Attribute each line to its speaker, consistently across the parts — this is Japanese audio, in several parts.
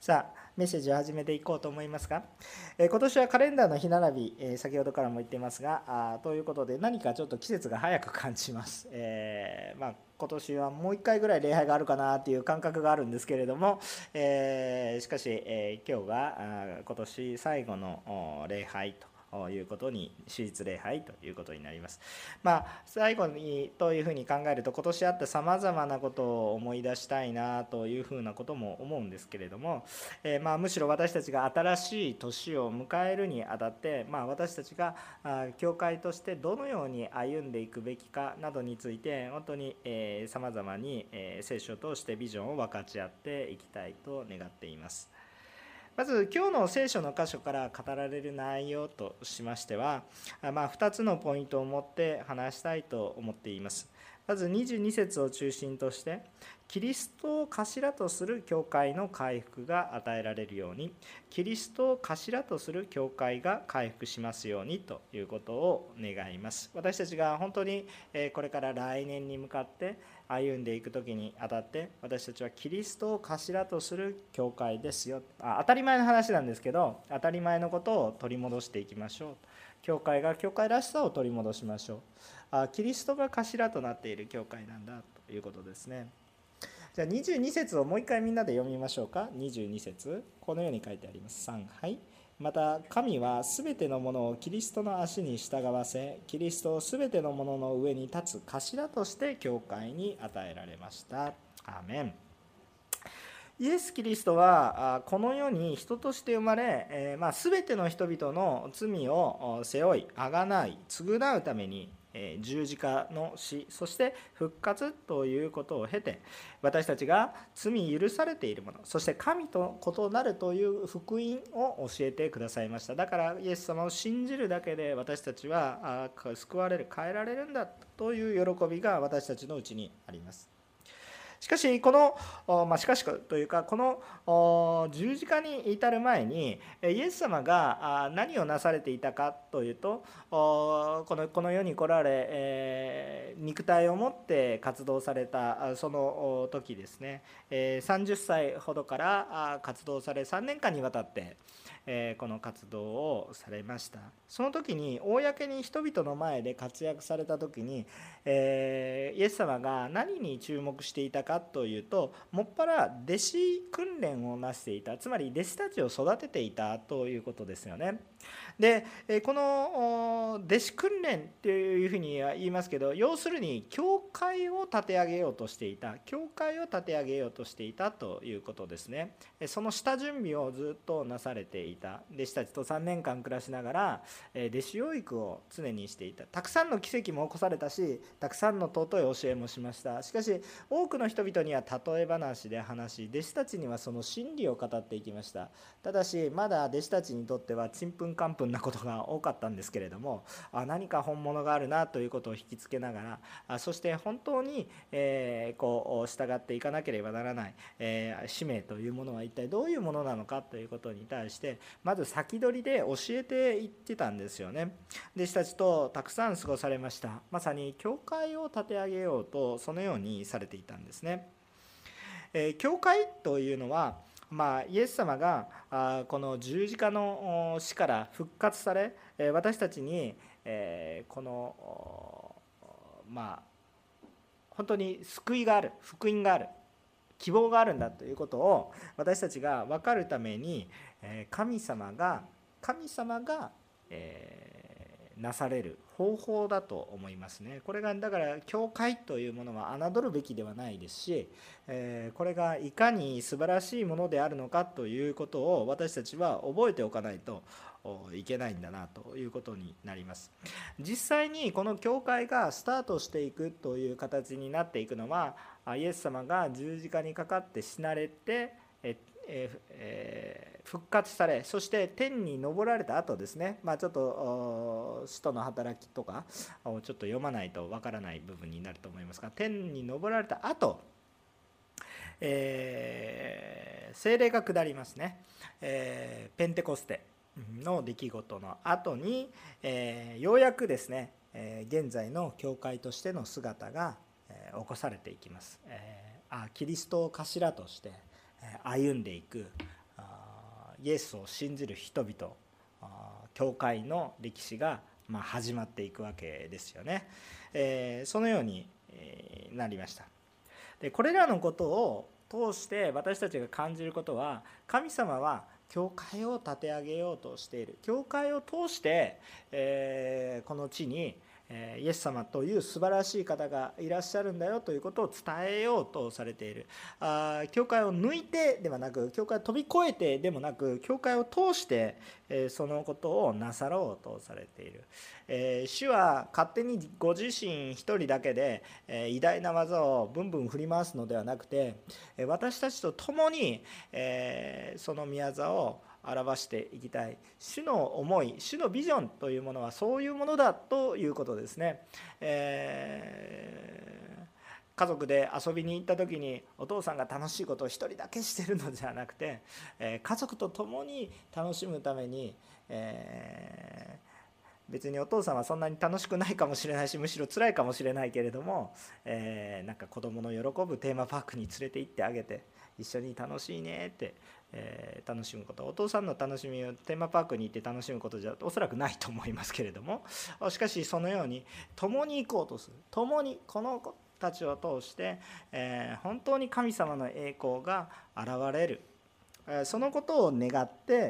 Speaker 1: さあ、メッセージを始めていこうと思いますが、今年はカレンダーの日並び、先ほどからも言っていますが、ということで何かちょっと季節が早く感じます。今年はもう1回ぐらい礼拝があるかなという感覚があるんですけれども、しかし、今日が今年最後の礼拝ということに、私立礼拝ということになります。最後にというふうに考えると、今年あったさまざまなことを思い出したいなというふうなことも思うんですけれども、むしろ私たちが新しい年を迎えるにあたって、私たちが教会としてどのように歩んでいくべきかなどについて、本当にさまざまに聖書を通してビジョンを分かち合っていきたいと願っています。まず今日の聖書の箇所から語られる内容としましては、2つのポイントを持って話したいと思っています。まず22節を中心として、キリストを頭とする教会の回復が与えられるように、キリストを頭とする教会が回復しますようにということを願います。私たちが本当にこれから来年に向かって歩んでいく時にあたって、私たちはキリストを頭とする教会ですよ。当たり前の話なんですけど、当たり前のことを取り戻していきましょう。教会が教会らしさを取り戻しましょう。キリストが頭となっている教会なんだということですね。じゃあ22節をもう一回みんなで読みましょうか。22節、このように書いてあります。3、はい。また神はすべてのものをキリストの足に従わせ、キリストをすべてのものの上に立つ頭として教会に与えられました。アーメン。イエス・キリストはこの世に人として生まれ、全ての人々の罪を背負い、あがない償うために十字架の死、そして復活ということを経て、私たちが罪許されているもの、そして神と異なるという福音を教えてくださいました。だからイエス様を信じるだけで私たちは救われる、変えられるんだという喜びが私たちのうちにあります。しかしこの、しかしというか、この十字架に至る前にイエス様が何をなされていたかというと、この世に来られ、肉体を持って活動されたその時ですね、30歳ほどから活動され、3年間にわたってこの活動をされました。その時に公に人々の前で活躍された時に、イエス様が何に注目していたかというと、もっぱら弟子訓練をなしていた、つまり弟子たちを育てていたということですよね。でこの弟子訓練っていうふうには言いますけど、要するに教会を立て上げようとしていた、教会を立て上げようとしていたということですね。その下準備をずっとなされていた、弟子たちと3年間暮らしながら弟子養育を常にしていた。たくさんの奇跡も起こされたし、たくさんの尊い教えもしました。しかし多くの人々には例え話で話し、弟子たちにはその真理を語っていきました。ただしまだ弟子たちにとってはちんぷんかんぷんなことが多かったんですけれども、何か本物があるなということを引きつけながら、そして本当にこう従っていかなければならない使命というものは一体どういうものなのかということに対して、まず先取りで教えていってたんですよね。弟子たちとたくさん過ごされました。まさに教会を立て上げようとそのようにされていたんですね。教会というのは、イエス様がこの十字架の死から復活され、私たちにこの本当に救いがある、福音がある、希望があるんだということを私たちが分かるために、神様がなされる方法だと思いますね。これがだから教会というものは侮るべきではないですし、これがいかに素晴らしいものであるのかということを私たちは覚えておかないといけないんだなということになります。実際にこの教会がスタートしていくという形になっていくのは、イエス様が十字架にかかって死なれて復活され、そして天に昇られた後ですね。ちょっと使徒の働きとかをちょっと読まないとわからない部分になると思いますが、天に昇られた後、聖霊が下りますね。ペンテコステの出来事の後に、ようやくですね、現在の教会としての姿が起こされていきます。キリストを頭として歩んでいくイエスを信じる人々、教会の歴史が始まっていくわけですよね。そのようになりました。でこれらのことを通して私たちが感じることは、神様は教会を立て上げようとしている。教会を通して、この地にイエス様という素晴らしい方がいらっしゃるんだよということを伝えようとされている。教会を抜いてではなく、教会を飛び越えてでもなく、教会を通してそのことをなさろうとされている。主は勝手にご自身一人だけで偉大な技をブンブン振り回すのではなくて、私たちと共にその御業を表していきたい。主の思い、主のビジョンというものはそういうものだということですね。家族で遊びに行った時にお父さんが楽しいことを一人だけしてるのではなくて、家族と共に楽しむために、別にお父さんはそんなに楽しくないかもしれないし、むしろ辛いかもしれないけれども、なんか子供の喜ぶテーマパークに連れて行ってあげて、一緒に楽しいねって楽しむこと。お父さんの楽しみをテーマパークに行って楽しむことじゃおそらくないと思いますけれども、しかしそのように共に行こうとする。共にこの子たちを通して、本当に神様の栄光が現れる、そのことを願って、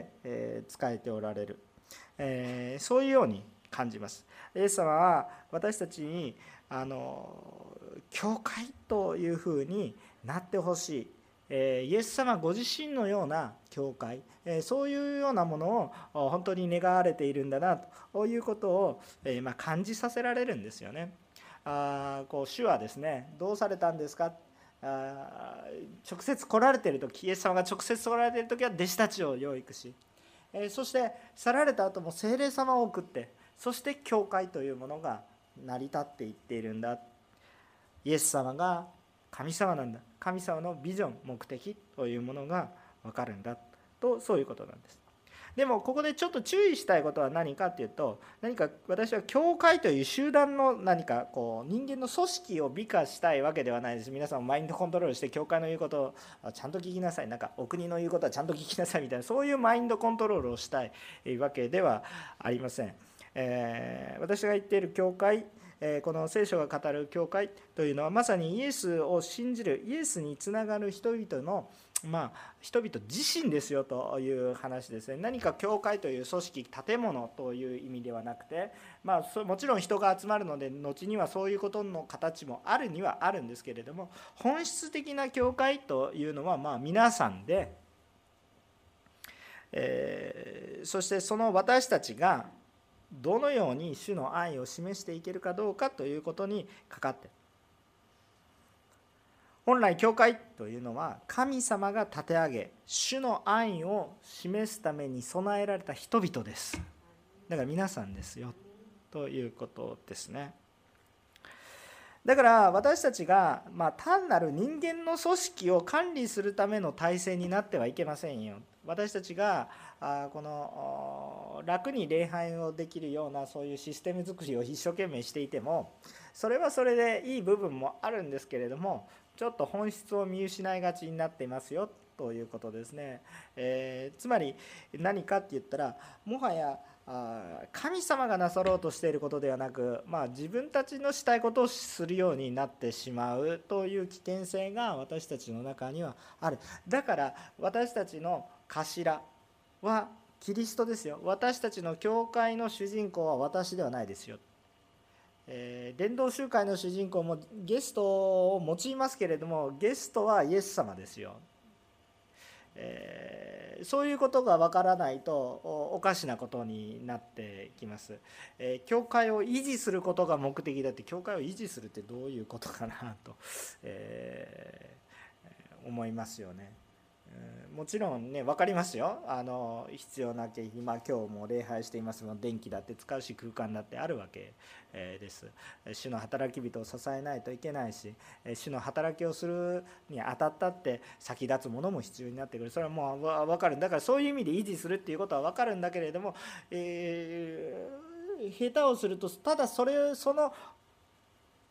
Speaker 1: 仕えておられる、そういうように感じます。イエス様は私たちに教会というふうになってほしい。イエス様ご自身のような教会、そういうようなものを本当に願われているんだなということを感じさせられるんですよね。主はですね、どうされたんですか。直接来られている時、イエス様が直接来られている時は弟子たちを養育し、そして去られた後も聖霊様を送って、そして教会というものが成り立っていっているんだ。イエス様が神様なんだ。神様のビジョン、目的というものが分かるんだと、そういうことなんです。でもここでちょっと注意したいことは何かっていうと、何か私は教会という集団の何か人間の組織を美化したいわけではないです。皆さんもマインドコントロールして教会の言うことをちゃんと聞きなさい、なんかお国の言うことはちゃんと聞きなさいみたいな、そういうマインドコントロールをしたいわけではありません。私が言っている教会、この聖書が語る教会というのはまさにイエスを信じる、イエスにつながる人々の人々自身ですよという話ですね。何か教会という組織、建物という意味ではなくて、もちろん人が集まるので後にはそういうことの形もあるにはあるんですけれども、本質的な教会というのは皆さんで、そしてその私たちがどのように主の愛を示していけるかどうかということにかかって、本来教会というのは神様が立て上げ、主の愛を示すために備えられた人々です。だから皆さんですよということですね。だから私たちが単なる人間の組織を管理するための体制になってはいけませんよ。私たちがこの楽に礼拝をできるようなそういうシステム作りを一生懸命していても、それはそれでいい部分もあるんですけれども、ちょっと本質を見失いがちになっていますよということですね。つまり何かって言ったら、もはや神様がなさろうとしていることではなく、自分たちのしたいことをするようになってしまうという危険性が私たちの中にはある。だから私たちの頭はキリストですよ。私たちの教会の主人公は私ではないですよ。伝道集会の主人公もゲストを用いますけれども、ゲストはイエス様ですよ。そういうことがわからないとおかしなことになってきます。教会を維持することが目的だって、教会を維持するってどういうことかなと、思いますよね。もちろんね、分かりますよ。必要な経費、今日も礼拝していますので、電気だって使うし空間だってあるわけです。主の働き人を支えないといけないし、主の働きをするにあたったって先立つものも必要になってくる。それはもう分かる。だからそういう意味で維持するっていうことは分かるんだけれども、下手をするとただその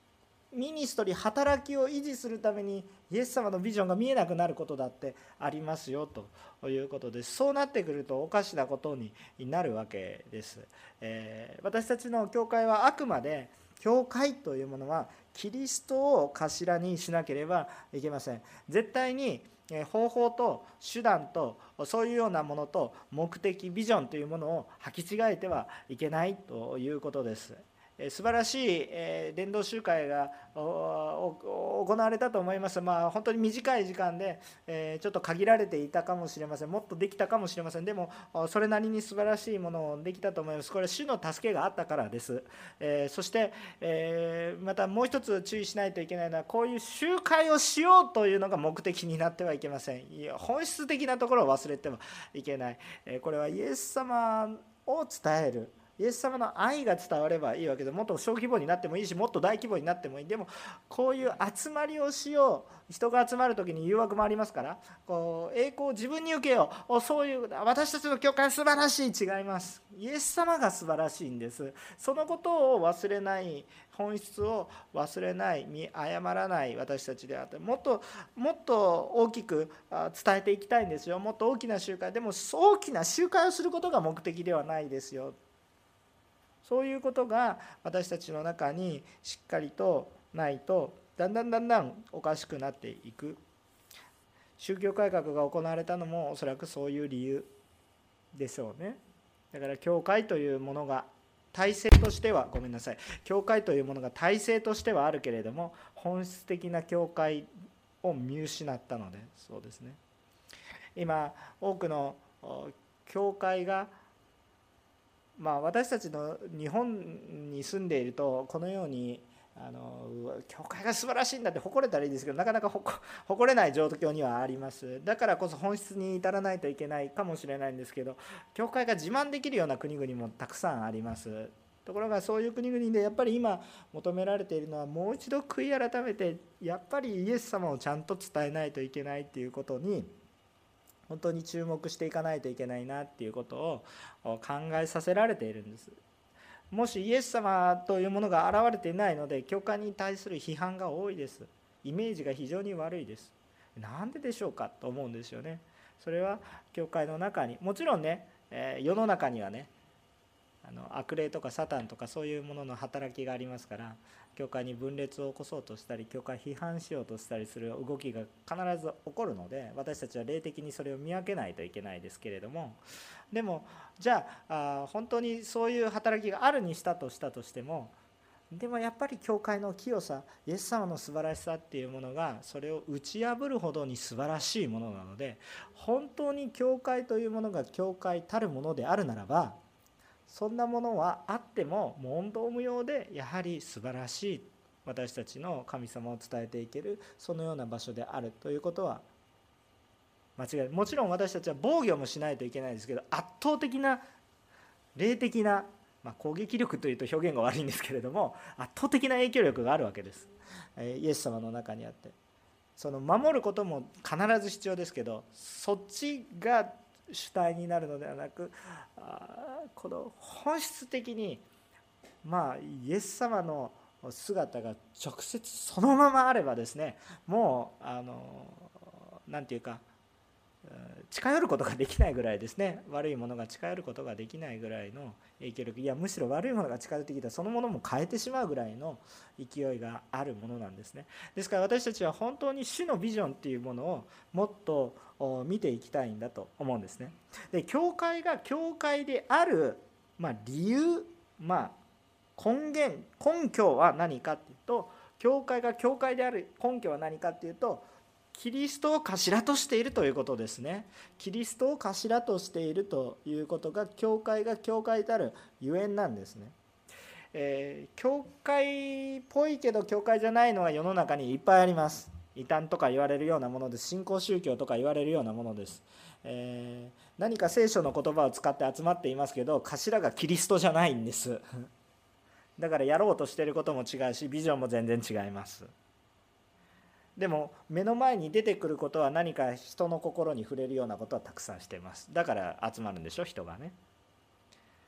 Speaker 1: ミニストリー働きを維持するためにイエス様のビジョンが見えなくなることだってありますよということです。そうなってくるとおかしなことになるわけです。私たちの教会はあくまで教会というものはキリストを頭にしなければいけません。絶対に方法と手段とそういうようなものと目的ビジョンというものを履き違えてはいけないということです。素晴らしい伝道集会が行われたと思います。本当に短い時間でちょっと限られていたかもしれません。もっとできたかもしれません。でもそれなりに素晴らしいものをできたと思います。これは主の助けがあったからです。そしてまたもう一つ注意しないといけないのは、こういう集会をしようというのが目的になってはいけません。本質的なところを忘れてはいけない。これはイエス様を伝える、イエス様の愛が伝わればいいわけで、もっと小規模になってもいいし、もっと大規模になってもいい。でもこういう集まりをしよう、人が集まる時に誘惑もありますから、栄光を自分に受けよう、そういう私たちの教会は素晴らしい、違います。イエス様が素晴らしいんです。そのことを忘れない、本質を忘れない、見誤らない私たちであって、もっと大きく伝えていきたいんですよ。もっと大きな集会でも、大きな集会をすることが目的ではないですよ。そういうことが私たちの中にしっかりとないと、だんだんおかしくなっていく。宗教改革が行われたのもおそらくそういう理由でしょうね。だから教会というものが体制としては、教会というものが体制としてはあるけれども、本質的な教会を見失ったので、そうですね。今多くの教会が私たちの日本に住んでいると、このように教会が素晴らしいんだって誇れたらいいですけど、なかなか誇れない状況にはあります。だからこそ本質に至らないといけないかもしれないんですけど、教会が自慢できるような国々もたくさんあります。ところがそういう国々でやっぱり今求められているのは、もう一度悔い改めてやっぱりイエス様をちゃんと伝えないといけないということに本当に注目していかないといけないなっていうことを考えさせられているんです。もしイエス様というものが現れていないので、教会に対する批判が多いです。イメージが非常に悪いです。なんででしょうかと思うんですよね。それは教会の中に、もちろんね、世の中にはね、悪霊とかサタンとかそういうものの働きがありますから、教会に分裂を起こそうとしたり、教会批判しようとしたりする動きが必ず起こるので、私たちは霊的にそれを見分けないといけないですけれども、でもじゃあ本当にそういう働きがあるにしたとしても、でもやっぱり教会の清さ、イエス様の素晴らしさっていうものがそれを打ち破るほどに素晴らしいものなので、本当に教会というものが教会たるものであるならば、そんなものはあっても問答無用で、やはり素晴らしい私たちの神様を伝えていける、そのような場所であるということは間違いない。もちろん私たちは防御もしないといけないですけど、圧倒的な霊的な、攻撃力というと表現が悪いんですけれども、圧倒的な影響力があるわけです。イエス様の中にあって、その守ることも必ず必要ですけど、そっちが主体になるのではなく、この本質的にイエス様の姿が直接そのままあればですね、もうなんていうか、近寄ることができないぐらいですね、悪いものが近寄ることができないぐらいの影響力、いやむしろ悪いものが近寄ってきたらそのものも変えてしまうぐらいの勢いがあるものなんですね。ですから私たちは本当に主のビジョンっていうものをもっと見ていきたいんだと思うんですね。で、教会が教会である、理由、根拠は何かっていうと、教会が教会である根拠は何かっていうと、キリストを頭としているということですね。キリストを頭としているということが教会が教会であるゆえんなんですね。教会っぽいけど教会じゃないのは世の中にいっぱいあります。異端とか言われるようなものです。新興宗教とか言われるようなものです。何か聖書の言葉を使って集まっていますけど、頭がキリストじゃないんです。だからやろうとしていることも違うし、ビジョンも全然違います。でも目の前に出てくることは何か人の心に触れるようなことはたくさんしています。だから集まるんでしょ、人がね。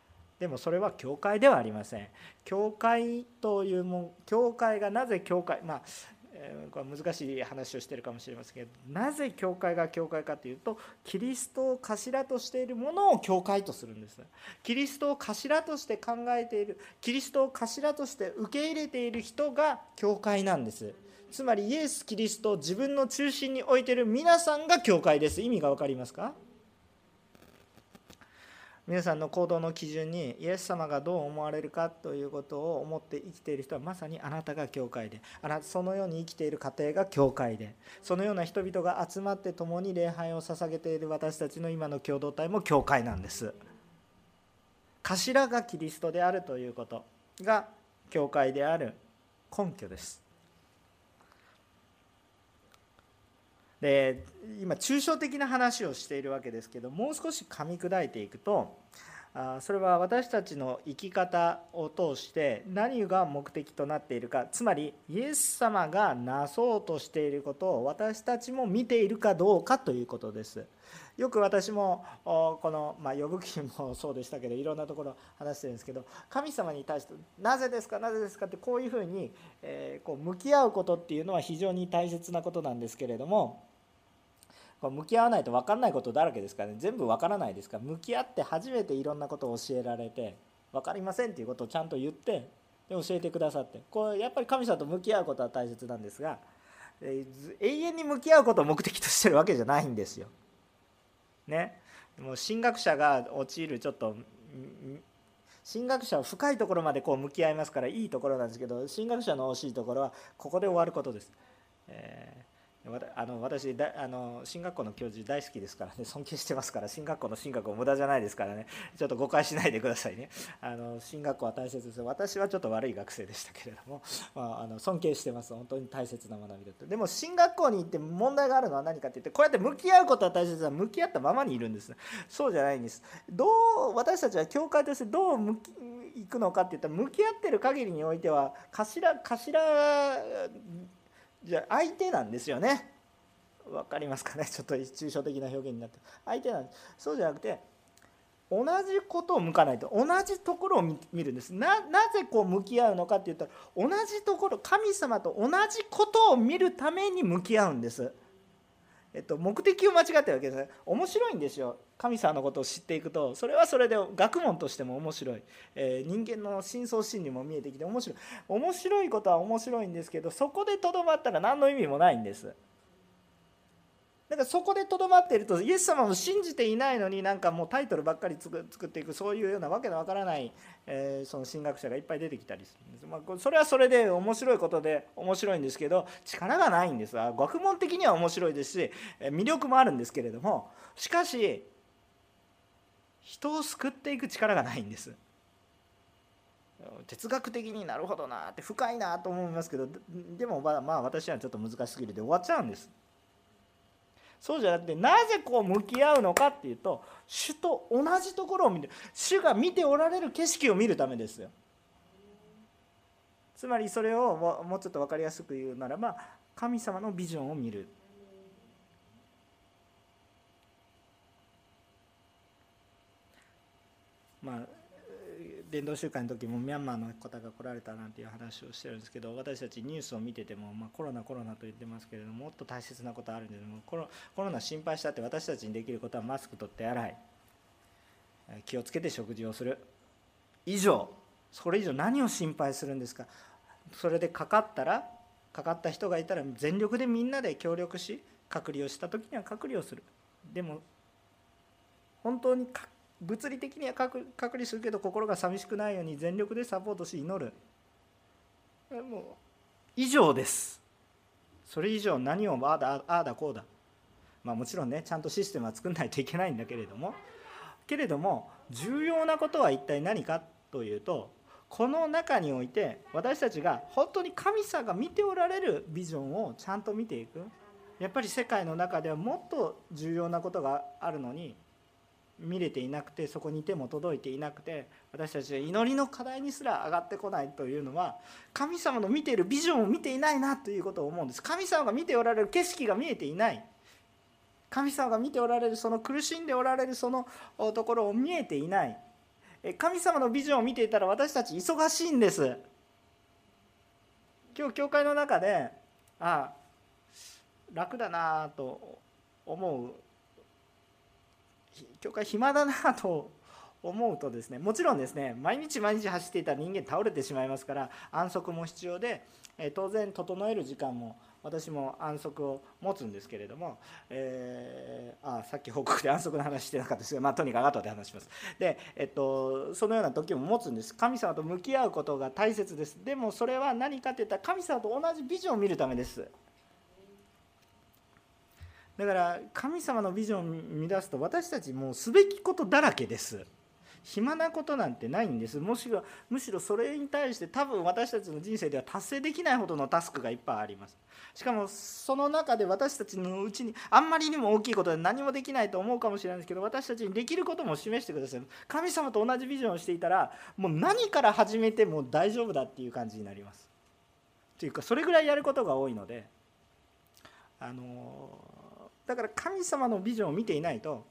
Speaker 1: でもそれは教会ではありません。教会という教会がなぜ教会、これ難しい話をしているかもしれませんけど、なぜ教会が教会かというと、キリストを頭としているものを教会とするんです。キリストを頭として考えている、キリストを頭として受け入れている人が教会なんです。つまりイエス・キリストを自分の中心に置いている皆さんが教会です。意味が分かりますか？皆さんの行動の基準にイエス様がどう思われるかということを思って生きている人は、まさにあなたが教会で、そのように生きている家庭が教会で、そのような人々が集まって共に礼拝を捧げている私たちの今の共同体も教会なんです。頭がキリストであるということが教会である根拠です。で、今抽象的な話をしているわけですけど、もう少し噛み砕いていくと、それは私たちの生き方を通して何が目的となっているか、つまりイエス様がなそうとしていることを私たちも見ているかどうかということです。よく私もこの呼ぶ記もそうでしたけど、いろんなところ話してるんですけど、神様に対してなぜですかなぜですかってこういうふうに向き合うことっていうのは非常に大切なことなんですけれども、向き合わないと分かんないことだらけですからね。全部分からないですから、向き合って初めていろんなことを教えられて、分かりませんっていうことをちゃんと言ってで教えてくださって、これやっぱり神様と向き合うことは大切なんですが、永遠に向き合うことを目的としてるわけじゃないんですよ。ね、もう神学者が陥る神学者は深いところまで向き合いますからいいところなんですけど、神学者の惜しいところはここで終わることです。私進学校の教授大好きですからね、尊敬してますから、進学校の進学は無駄じゃないですからね、ちょっと誤解しないでくださいね。進学校は大切です。私はちょっと悪い学生でしたけれども、尊敬してます。本当に大切な学びだと。でも進学校に行って問題があるのは何かって言って、こうやって向き合うことは大切だ。向き合ったままにいるんです。そうじゃないんです。私たちは教会としてどう行くのかって言ったら、向き合ってる限りにおいては頭じゃあ相手なんですよね。分かりますかね。ちょっと抽象的な表現になって相手なんです。そうじゃなくて、同じことを向かないと、同じところを見るんです。なぜ向き合うのかって言ったら、同じところ、神様と同じことを見るために向き合うんです。目的を間違ってるわけですね。面白いんですよ。神様のことを知っていくと、それはそれで学問としても面白い、人間の深層心理も見えてきて面白いことは面白いんですけど、そこでとどまったら何の意味もないんです。だからそこでとどまっていると、イエス様を信じていないのにもうタイトルばっかり作っていく、そういうようなわけのわからない、その神学者がいっぱい出てきたりするんです。それはそれで面白いことで面白いんですけど、力がないんです。学問的には面白いですし魅力もあるんですけれども、しかし人を救っていく力がないんです。哲学的になるほどなって深いなと思いますけど、でも私はちょっと難しすぎるで終わっちゃうんです。そうじゃなくて、なぜ向き合うのかっていうと、主と同じところを見る、主が見ておられる景色を見るためですよ。つまりそれをもうちょっと分かりやすく言うならば、神様のビジョンを見る。伝道集会の時もミャンマーの方が来られたなんていう話をしてるんですけど、私たちニュースを見てても、コロナと言ってますけれども、もっと大切なことあるんですけども、コロナ心配したって私たちにできることはマスク取って洗い、気をつけて食事をする以上、それ以上何を心配するんですか。それでかかった人がいたら全力でみんなで協力し、隔離をした時には隔離をする。でも本当に物理的には隔離するけど、心が寂しくないように全力でサポートし祈る。もう以上です。それ以上何をああだこうだ、もちろんね、ちゃんとシステムは作んないといけないんだけれども重要なことは一体何かというと、この中において私たちが本当に神様が見ておられるビジョンをちゃんと見ていく。やっぱり世界の中ではもっと重要なことがあるのに見れていなくて、そこに手も届いていなくて、私たちは祈りの課題にすら上がってこないというのは、神様の見ているビジョンを見ていないなということを思うんです。神様が見ておられる景色が見えていない、神様が見ておられるその苦しんでおられるそのところを見えていない。 神様のビジョンを見ていたら私たち忙しいんです。今日教会の中で楽だなと思う、教会暇だなと思うとですね、もちろんですね、毎日毎日走っていたら人間倒れてしまいますから、安息も必要で、当然整える時間も私も安息を持つんですけれども、さっき報告で安息の話してなかったですが、とにかく後で話します。で、そのような時も持つんです。神様と向き合うことが大切です。でもそれは何かといったら、神様と同じビジョンを見るためです。だから神様のビジョンを見出すと、私たちもうすべきことだらけです。暇なことなんてないんです。むしろそれに対して多分私たちの人生では達成できないほどのタスクがいっぱいあります。しかもその中で私たちのうちにあんまりにも大きいことで何もできないと思うかもしれないですけど、私たちにできることも示してください。神様と同じビジョンをしていたら、もう何から始めても大丈夫だっていう感じになります。というか、それぐらいやることが多いので、だから神様のビジョンを見ていないと、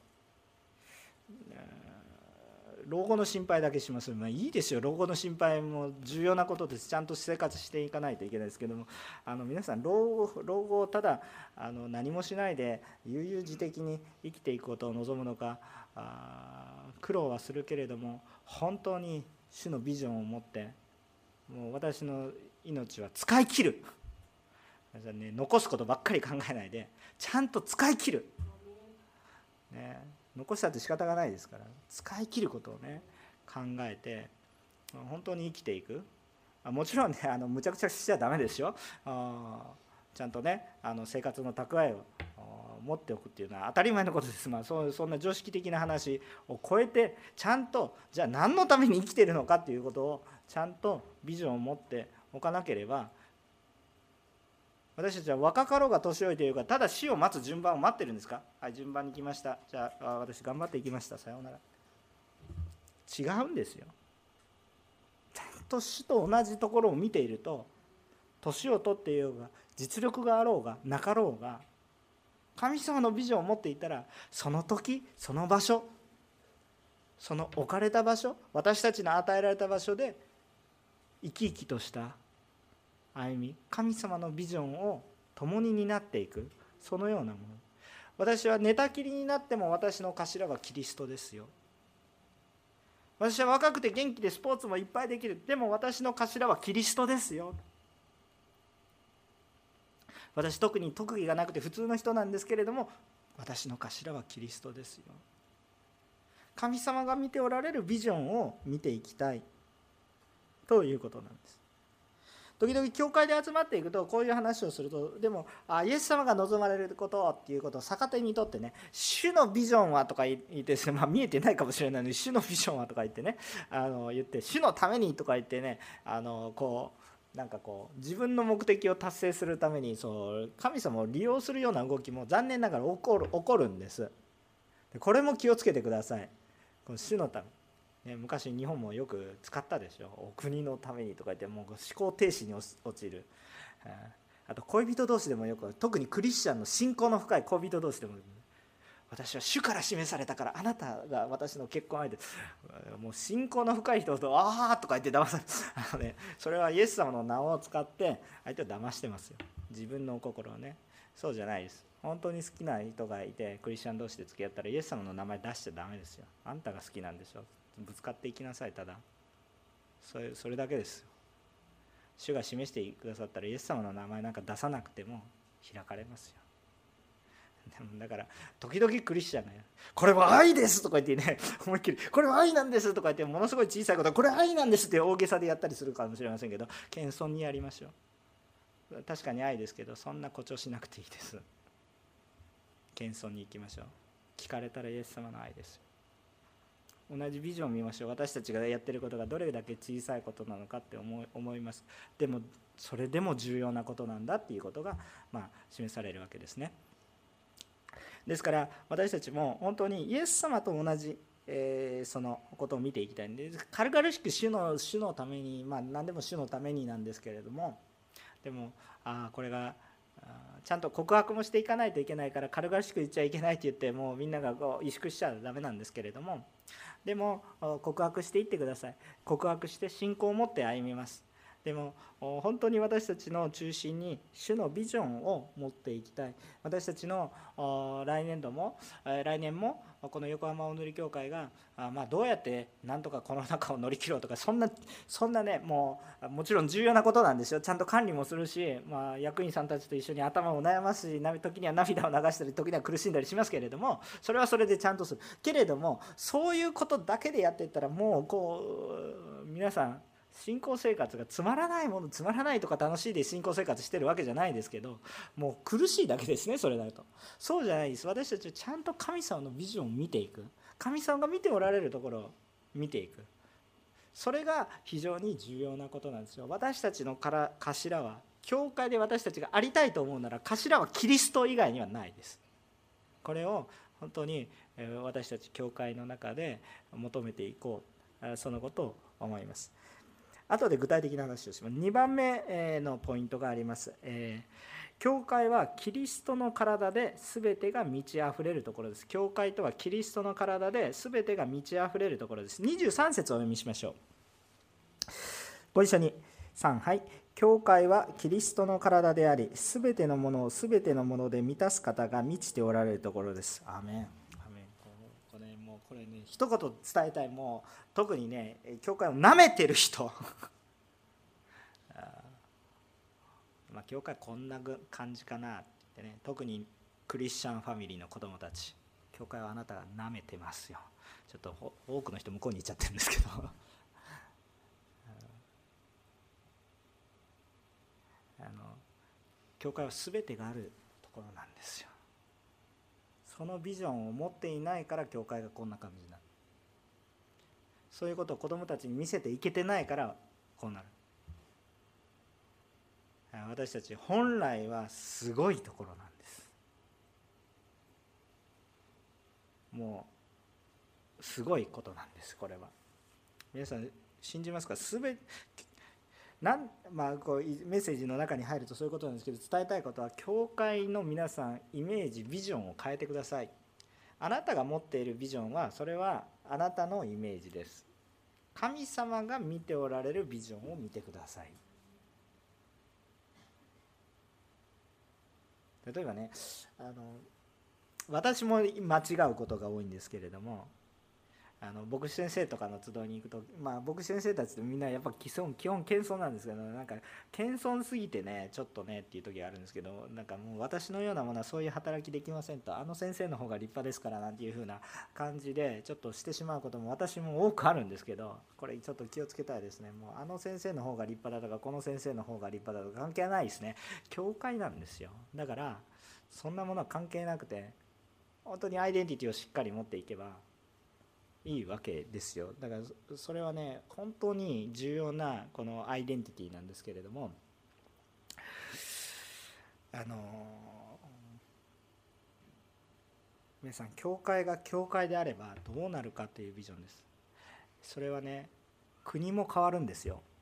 Speaker 1: 老後の心配だけします。いいですよ、老後の心配も重要なことです。ちゃんと生活していかないといけないですけども、皆さん老後をただ何もしないで悠々自適に生きていくことを望むのか、苦労はするけれども本当に主のビジョンを持って、もう私の命は使い切る、残すことばっかり考えないでちゃんと使い切る、残したって仕方がないですから、使い切ることを考えて本当に生きていく。もちろんむちゃくちゃしちゃダメですよ。ちゃんと生活の蓄えを持っておくっていうのは当たり前のことです。そんな常識的な話を超えて、ちゃんとじゃあ何のために生きているのかっていうことをちゃんとビジョンを持っておかなければ、私たちは若かろうが年老いというか、ただ死を待つ順番を待ってるんですか。はい、順番に来ました、じゃあ私頑張っていきました、さようなら。違うんですよ。ちゃんと死と同じところを見ていると、年を取っていようが実力があろうがなかろうが、神様のビジョンを持っていたら、その時その場所、その置かれた場所、私たちの与えられた場所で生き生きとした歩み、神様のビジョンを共に担っていく、そのようなもの。私は寝たきりになっても私の頭はキリストですよ。私は若くて元気でスポーツもいっぱいできる、でも私の頭はキリストですよ。私特に特技がなくて普通の人なんですけれども、私の頭はキリストですよ。神様が見ておられるビジョンを見ていきたいということなんです。時々教会で集まっていくとこういう話をすると、でもイエス様が望まれることっていうことを逆手にとってね、主のビジョンはとか言ってですね、見えてないかもしれないのに主のビジョンはとか言ってね、言って主のためにとか言ってね、自分の目的を達成するために神様を利用するような動きも残念ながら起こるんです。これも気をつけてください。この主のため、昔日本もよく使ったでしょ。お国のためにとか言ってもう思考停止に陥る。あと恋人同士でもよく、特にクリスチャンの信仰の深い恋人同士でも、私は主から示されたからあなたが私の結婚相手、もう信仰の深い人ととか言って騙されそれはイエス様の名を使って相手を騙してますよ、自分の心をね。そうじゃないです。本当に好きな人がいてクリスチャン同士で付き合ったらイエス様の名前出しちゃダメですよ。あんたが好きなんでしょ、ぶつかっていきなさい。ただそれだけですよ。主が示してくださったらイエス様の名前なんか出さなくても開かれますよ。だから時々クリスチャンがこれは愛ですとか言ってね、思いっきりこれは愛なんですとか言って、ものすごい小さいことこれは愛なんですって大げさでやったりするかもしれませんけど、謙遜にやりましょう。確かに愛ですけど、そんな誇張しなくていいです。謙遜に行きましょう。聞かれたらイエス様の愛です。同じビジョンを見ましょう。私たちがやっていることがどれだけ小さいことなのかって思います。でもそれでも重要なことなんだっていうことが示されるわけですね。ですから私たちも本当にイエス様と同じ、そのことを見ていきたいんで、軽々しく主のために、何でも主のためになんですけれども、でもこれがちゃんと告白もしていかないといけないから軽々しく言っちゃいけないって言ってもうみんながこう萎縮しちゃダメなんですけれども、でも告白していってください。告白して信仰を持って歩みます。でも本当に私たちの中心に主のビジョンを持っていきたい。私たちの来年もこの横浜大塗教会がどうやってなんとかこの中を乗り切ろうとか、そんなね、もちろん重要なことなんですよ。ちゃんと管理もするし、役員さんたちと一緒に頭を悩ますし、時には涙を流したり時には苦しんだりしますけれども、それはそれでちゃんとするけれども、そういうことだけでやっていったらもう皆さん信仰生活がつまらないとか楽しいで信仰生活してるわけじゃないですけど、もう苦しいだけですね、それだと。そうじゃないです。私たちはちゃんと神様のビジョンを見ていく、神様が見ておられるところを見ていく、それが非常に重要なことなんですよ。私たちの頭は、教会で私たちがありたいと思うなら頭はキリスト以外にはないです。これを本当に私たち教会の中で求めていこう、そのことを思います。後で具体的な話をします。2番目のポイントがあります。教会はキリストの体で全てが満ち溢れるところです。教会とはキリストの体で全てが満ち溢れるところです。23節をお読みしましょう。ご一緒に。3、はい。教会はキリストの体であり、全てのものを全てのもので満たす方が満ちておられるところです。アーメン。これね、一言伝えたい。もう特にね、教会をなめてる人教会こんな感じかなってね、特にクリスチャンファミリーの子供たち、教会はあなたがなめてますよ。ちょっと多くの人向こうに行っちゃってるんですけど教会は全てがあるところなんですよ。そのビジョンを持っていないから教会がこんな感じになる。そういうことを子どもたちに見せていけてないからこうなる。私たち本来はすごいところなんです。もうすごいことなんです。これは皆さん信じますか？こうメッセージの中に入るとそういうことなんですけど、伝えたいことは、教会の皆さんイメージビジョンを変えてください。あなたが持っているビジョンは、それはあなたのイメージです。神様が見ておられるビジョンを見てください。例えばね、私も間違うことが多いんですけれども、牧師先生とかの集いに行くと、牧師先生たちってみんなやっぱ基本謙遜なんですけど、なんか謙遜すぎてね、ちょっとねっていう時があるんですけど、なんかもう私のようなものはそういう働きできませんと、先生の方が立派ですからなんていう風な感じでちょっとしてしまうことも私も多くあるんですけど、これちょっと気をつけたいですね。もう先生の方が立派だとか、この先生の方が立派だとか関係ないですね。教会なんですよ。だからそんなものは関係なくて、本当にアイデンティティをしっかり持っていけばいいわけですよ。だからそれはね、本当に重要なこのアイデンティティなんですけれども、皆さん、教会が教会であればどうなるかというビジョンです。それはね、国も変わるんですよ。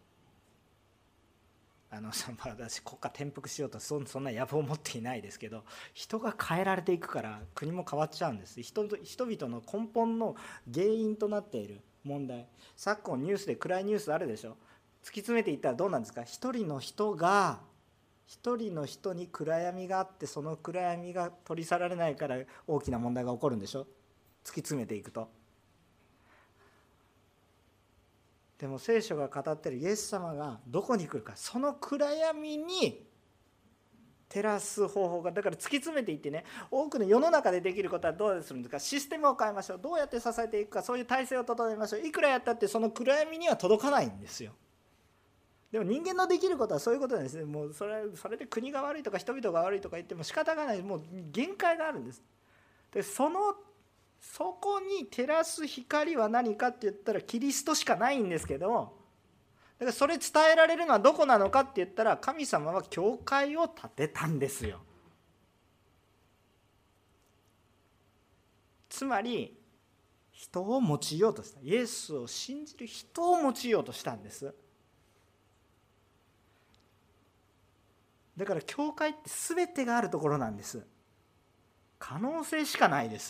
Speaker 1: 私国家転覆しようとそんな野望を持っていないですけど、人が変えられていくから国も変わっちゃうんです。人々の根本の原因となっている問題、昨今ニュースで暗いニュースあるでしょ。突き詰めていったらどうなんですか？一人の人に暗闇があって、その暗闇が取り去られないから大きな問題が起こるんでしょ。突き詰めていくと。でも聖書が語っているイエス様がどこに来るか、その暗闇に照らす方法が、だから突き詰めていってね、多くの世の中でできることはどうするんですか？システムを変えましょう。どうやって支えていくか、そういう体制を整えましょう。いくらやったってその暗闇には届かないんですよ。でも人間のできることはそういうことなんですね。もうそれで国が悪いとか人々が悪いとか言っても仕方がない。もう限界があるんです。でそこに照らす光は何かって言ったらキリストしかないんですけど、だからそれ伝えられるのはどこなのかって言ったら、神様は教会を建てたんですよ。つまり人を用いようとした、イエスを信じる人を用いようとしたんです。 だから教会って全てがあるところなんです。可能性しかないです。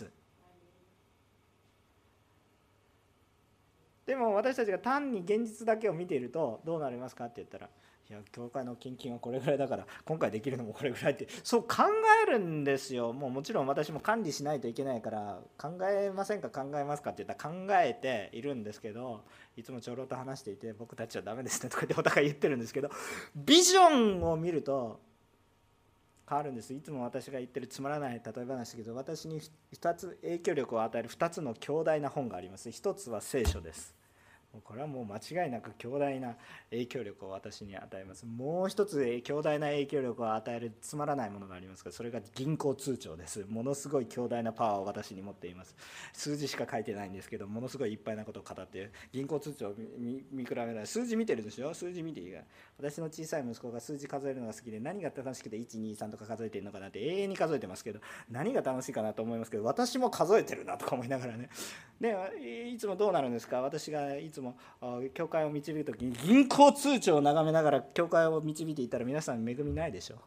Speaker 1: でも私たちが単に現実だけを見ているとどうなりますかって言ったら、いや教会の献金はこれぐらいだから今回できるのもこれぐらいって、そう考えるんですよ。もちろん私も管理しないといけないから考えませんか考えますかって言ったら考えているんですけど、いつもちょろっと話していて僕たちはダメですねとかってお互い言ってるんですけど、ビジョンを見ると変わるんです。いつも私が言ってるつまらない例え話だけど、私に2つ影響力を与える2つの強大な本があります。1つは聖書です。これはもう間違いなく強大な影響力を私に与えます。もう一つ強大な影響力を与えるつまらないものがありますが、それが銀行通帳です。ものすごい強大なパワーを私に持っています。数字しか書いてないんですけど、ものすごいいっぱいなことを語って、銀行通帳を見比べない。数字見てるでしょ。数字見ていいから。私の小さい息子が数字数えるのが好きで、何が楽しくて123とか数えてるのかなって永遠に数えてますけど、何が楽しいかなと思いますけど、私も数えてるなとか思いながらね。でいつもどうなるんですか。私がいつも教会を導くときに銀行通帳を眺めながら教会を導いていたら、皆さん恵みないでしょう。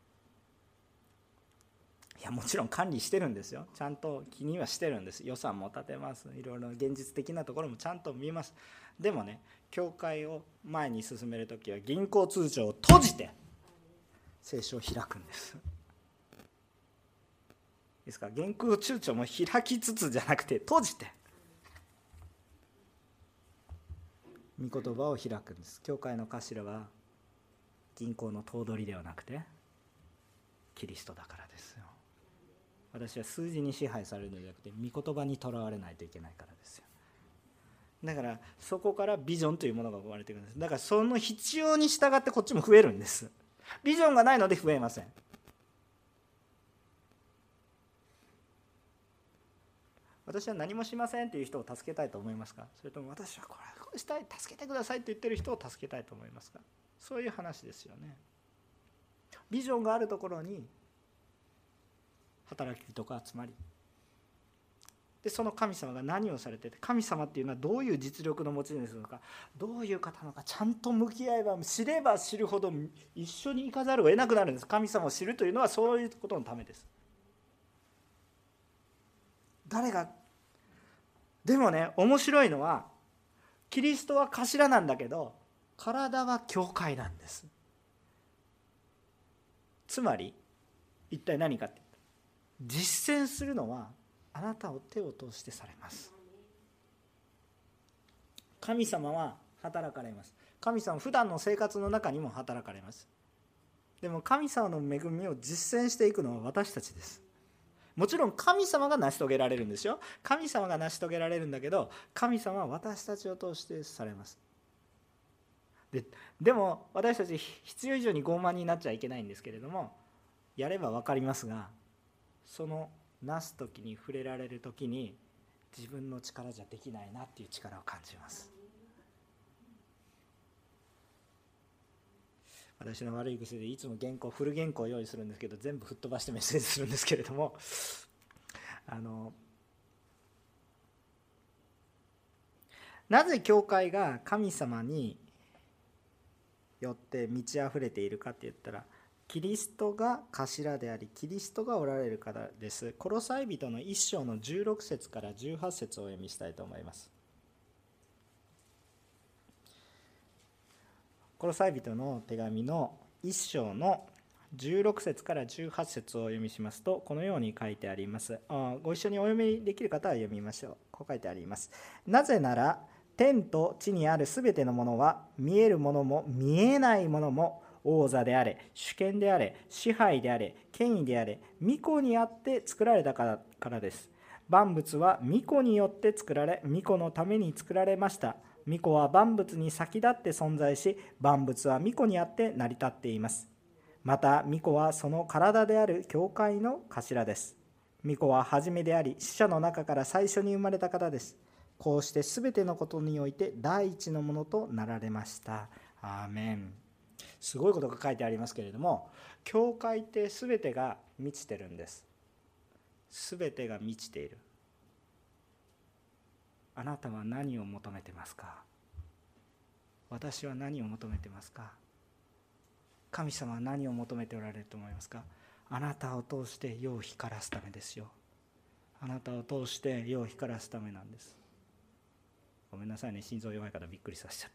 Speaker 1: いやもちろん管理してるんですよ。ちゃんと気にはしてるんです。予算も立てます。いろいろ現実的なところもちゃんと見ます。でもね、教会を前に進めるときは銀行通帳を閉じて聖書を開くんです。いいですか。銀行通帳も開きつつじゃなくて閉じて御言葉を開くんです。教会の頭は銀行の頭取ではなくてキリストだからですよ。私は数字に支配されるのではなくて御言葉にとらわれないといけないからですよ。だからそこからビジョンというものが生まれていくんです。だからその必要に従ってこっちも増えるんです。ビジョンがないので増えません。私は何もしませんという人を助けたいと思いますか。それとも私はこれしたい、助けてくださいと言ってる人を助けたいと思いますか。そういう話ですよね。ビジョンがあるところに働き人が集まり、でその神様が何をされてて、神様っていうのはどういう実力の持ち主なのか、どういう方なのか、ちゃんと向き合えば知れば知るほど一緒に行かざるを得なくなるんです。神様を知るというのはそういうことのためです。でもね、面白いのはキリストは頭なんだけど体は教会なんです。つまり一体何かって、実践するのはあなたを手を通してされます。神様は働かれます。神様は普段の生活の中にも働かれます。でも神様の恵みを実践していくのは私たちです。もちろん神様が成し遂げられるんですよ。神様が成し遂げられるんだけど、神様は私たちを通してされます。でも私たち必要以上に傲慢になっちゃいけないんですけれども、やれば分かりますが、そのなす時に触れられる時に自分の力じゃできないなっていう力を感じます。私の悪い癖でいつもフル原稿を用意するんですけど、全部吹っ飛ばしてメッセージするんですけれども、なぜ教会が神様によって満ち溢れているかって言ったら、キリストが頭でありキリストがおられるからです。コロサイ人の1章の16節から18節をお読みしたいと思います。コロサイ人の手紙の1章の16節から18節をお読みしますと、このように書いてあります。ご一緒にお読みできる方は読みましょう。こう書いてあります。なぜなら天と地にあるすべてのものは、見えるものも見えないものも、王座であれ、主権であれ、支配であれ、権威であれ、御子にあって作られたからです。万物は御子によって作られ、御子のために作られました。御子は万物に先立って存在し、万物は御子にあって成り立っています。また御子はその体である教会の頭です。御子は初めであり、死者の中から最初に生まれた方です。こうしてすべてのことにおいて第一のものとなられました。アーメン。すごいことが書いてありますけれども、教会ってすべてが満ちてるんです。すべてが満ちている。あなたは何を求めてますか。私は何を求めてますか。 神様は何を求めておられると思いますか？あなたを通して世を光らすためですよ。あなたを通して世を光らすためなんです。ごめんなさいね、心臓弱い方びっくりさせちゃって。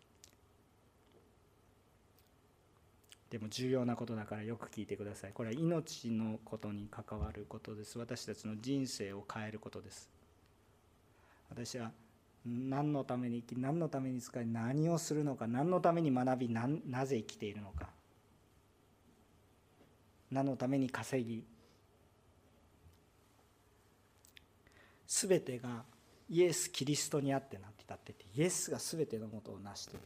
Speaker 1: でも重要なことだからよく聞いてください。これは命のことに関わることです。私たちの人生を変えることです。私は何のために生き、何のために使い、何をするのか、何のために学び、なぜ生きているのか、何のために稼ぎ、すべてがイエス・キリストにあってなってたってて、イエスがすべてのことを成している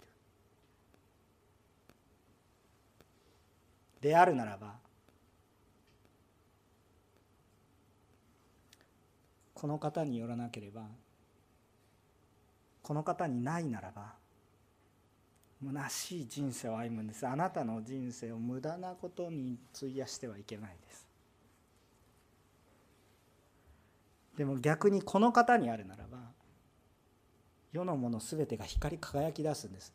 Speaker 1: であるならば、この方によらなければ、この方にないならば虚しい人生を歩むんです。あなたの人生を無駄なことに費やしてはいけないです。でも逆にこの方にあるならば、世のものすべてが光り輝き出すんです。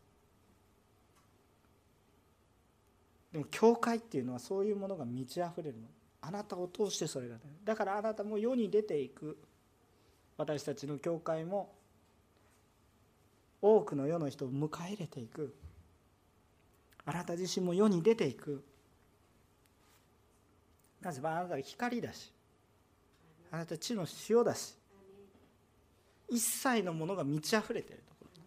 Speaker 1: でも教会っていうのはそういうものが満ち溢れるの。あなたを通してそれが出る。だからあなたも世に出ていく。私たちの教会も多くの世の人を迎え入れていく。あなた自身も世に出ていく。なぜあなたは光だし、あなたは地の塩だし、一切のものが満ち溢れているところなんです。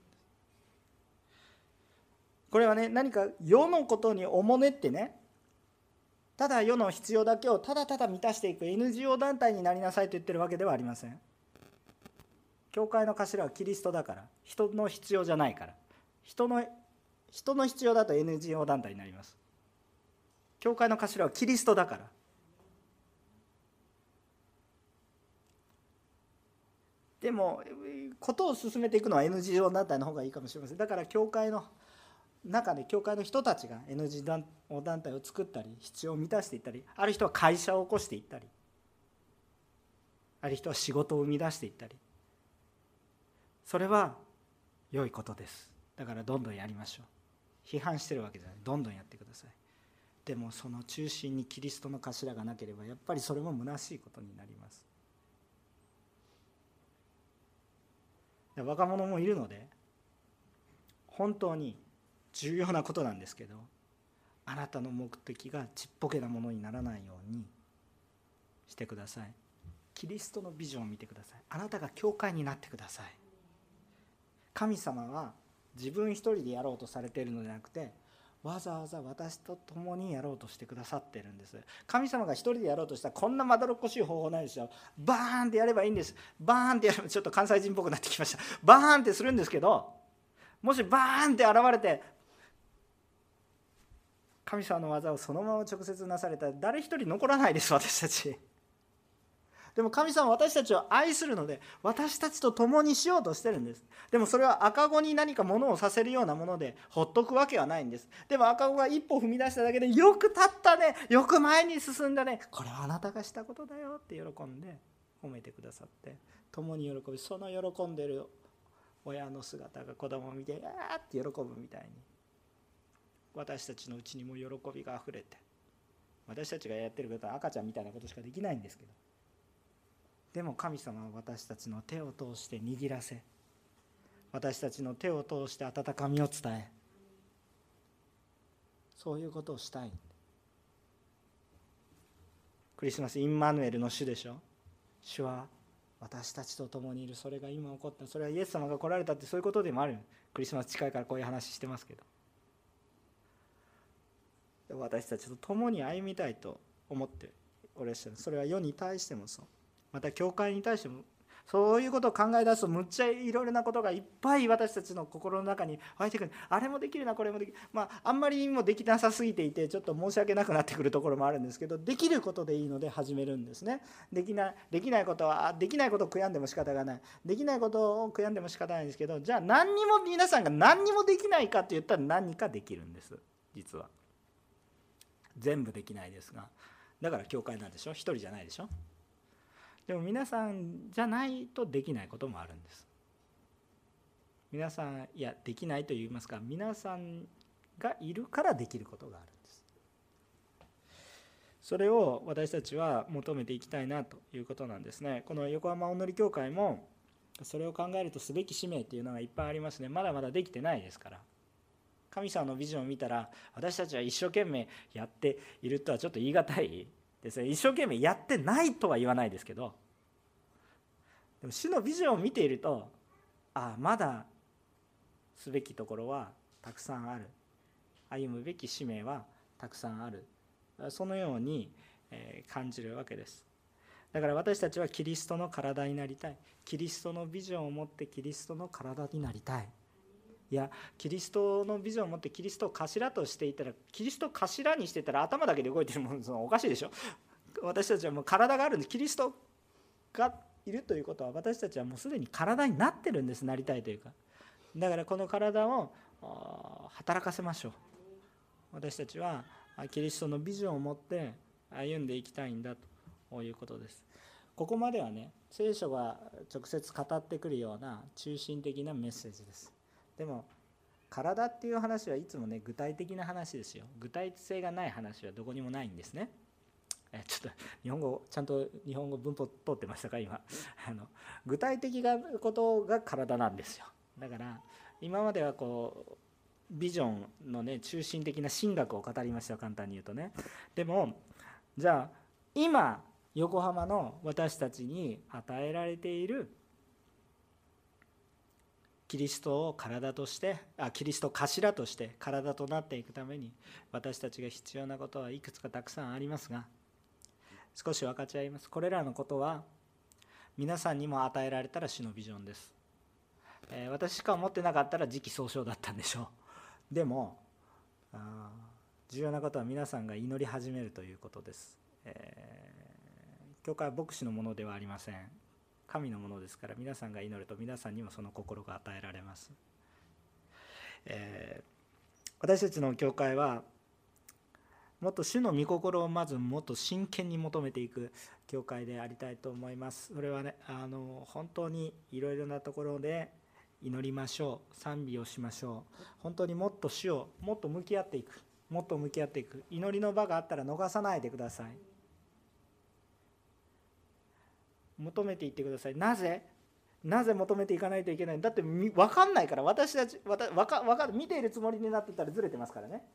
Speaker 1: これはね、何か世のことにおもねってね、ただ世の必要だけをただただ満たしていく NGO 団体になりなさいと言ってるわけではありません。教会の頭はキリストだから、人の必要じゃないから。人の必要だと NGO 団体になります。教会の頭はキリストだから。でもことを進めていくのは NGO 団体の方がいいかもしれません。だから教会の中で教会の人たちが NGO 団体を作ったり、必要を満たしていったり、ある人は会社を起こしていったり、ある人は仕事を生み出していったり、それは良いことです。だからどんどんやりましょう。批判してるわけじゃない。どんどんやってください。でもその中心にキリストの頭がなければ、やっぱりそれも虚しいことになります。若者もいるので本当に重要なことなんですけど、あなたの目的がちっぽけなものにならないようにしてください。キリストのビジョンを見てください。あなたが教会になってください。神様は自分一人でやろうとされているのではなくて、わざわざ私と共にやろうとしてくださっているんです。神様が一人でやろうとしたらこんなまどろっこしい方法ないですよ。バーンってやればいいんです。バーンってやれば、ちょっと関西人っぽくなってきました。バーンってするんですけど、もしバーンって現れて神様の技をそのまま直接なされたら誰一人残らないです、私たち。でも神様は私たちを愛するので、私たちと共にしようとしてるんです。でもそれは赤子に何かものをさせるようなものでほっとくわけはないんです。でも赤子が一歩踏み出しただけで、よく立ったね、よく前に進んだね、これはあなたがしたことだよって喜んで褒めてくださって、共に喜び、その喜んでる親の姿が子供を見てあーって喜ぶみたいに、私たちのうちにも喜びがあふれて、私たちがやってることは赤ちゃんみたいなことしかできないんですけど、でも神様は私たちの手を通して握らせ、私たちの手を通して温かみを伝え、そういうことをしたい。クリスマスインマヌエルの主でしょ。主は私たちと共にいる。それが今起こった。それはイエス様が来られたって、そういうことでもある。クリスマス近いからこういう話してますけど、私たちと共に歩みたいと思っておらっしゃる。それは世に対してもそう、また教会に対してもそういうことを考え出すと、むっちゃいろいろなことがいっぱい私たちの心の中に湧いてくる。あれもできるな、これもできる。あんまりにもできなさすぎていてちょっと申し訳なくなってくるところもあるんですけど、できることでいいので始めるんですね。できないことはできないことを悔やんでも仕方がない。できないことを悔やんでも仕方ないんですけど、じゃあ皆さんが何にもできないかって言ったら何かできるんです。実は全部できないですが、だから教会なんでしょ。一人じゃないでしょ。でも皆さんじゃないとできないこともあるんです。皆さん、いやできないと言いますか、皆さんがいるからできることがあるんです。 それを私たちは求めていきたいなということなんですね。この横浜おのり教会もそれを考えるとすべき使命っていうのがいっぱいありますね。まだまだできてないですから。神様のビジョンを見たら、私たちは一生懸命やっているとはちょっと言い難いですね。一生懸命やってないとは言わないですけど、でも主のビジョンを見ていると、まだすべきところはたくさんある、歩むべき使命はたくさんある、そのように感じるわけです。だから私たちはキリストの体になりたい。キリストのビジョンを持ってキリストの体になりたい。いや、キリストのビジョンを持ってキリストを頭としていたら、キリストを頭にしていたら頭だけで動いてるものおかしいでしょ。私たちはもう体があるんで、キリストがいるということは、私たちはもうすでに体になってるんです。なりたいというか。だからこの体を働かせましょう。私たちはキリストのビジョンを持って歩んでいきたいんだということです。ここまではね、聖書が直接語ってくるような中心的なメッセージです。でも体っていう話はいつもね、具体的な話ですよ。具体性がない話はどこにもないんですね。ちょっと日本語ちゃんと日本語文法通ってましたか今。具体的なことが体なんですよ。だから今まではビジョンのね、中心的な神学を語りましたよ、簡単に言うとね。でもじゃあ今横浜の私たちに与えられているキリストを体としてキリストを頭として体となっていくために、私たちが必要なことはいくつかたくさんありますが、少し分かち合います。これらのことは皆さんにも与えられたら主のビジョンです。私しか思ってなかったら時期尚早だったんでしょう。でも重要なことは皆さんが祈り始めるということです。教会は牧師のものではありません。神のものですから、皆さんが祈ると皆さんにもその心が与えられます。私たちの教会はもっと主の御心をまずもっと真剣に求めていく教会でありたいと思います。それはね、本当にいろいろなところで祈りましょう。賛美をしましょう。本当にもっと主をもっと向き合っていく、もっと向き合っていく。祈りの場があったら逃さないでください。求めていってください。なぜ求めていかないといけない？だって分かんないから。私たち見ているつもりになってたらずれてますからね。